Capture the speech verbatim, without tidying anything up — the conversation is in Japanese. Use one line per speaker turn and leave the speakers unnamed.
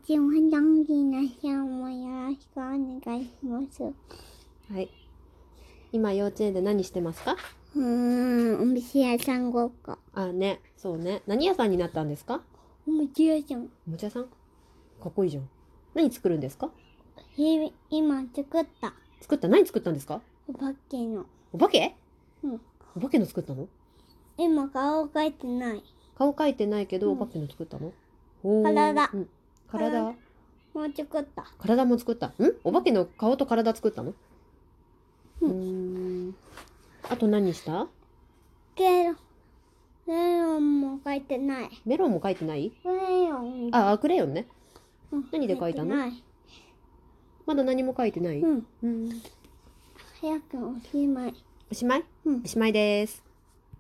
ちは、ジャンギーなさんもよろしくお願いします。
はい。今幼稚園で何してますか？
うーん、お店屋さんごっこ。
あね、そうね。何屋さんになったんですか？
おもち屋さん。
おもちゃ屋さん？かっこいいじゃん。何作るんですか？
え今作った。
作った？何作ったんですか？
お化けの。
お化け？
うん。
お化けの作ったの？
今顔描いてない。
顔描いてないけど、
うん
お化けの作ったの？おー
体
うん、体
もう作った。
体も作った。ん？お化けの顔と体作ったの？
う
うんーん。あと何した？
けど、レヨンも描いてない。
メロンも描いてない？
レヨン。
あ、クレヨンね。
うん
何で描いたの？
描てない。
まだ何も描いてない？
うん。
うん。
早くおしまい。
おしまい？
うん
おしまいです。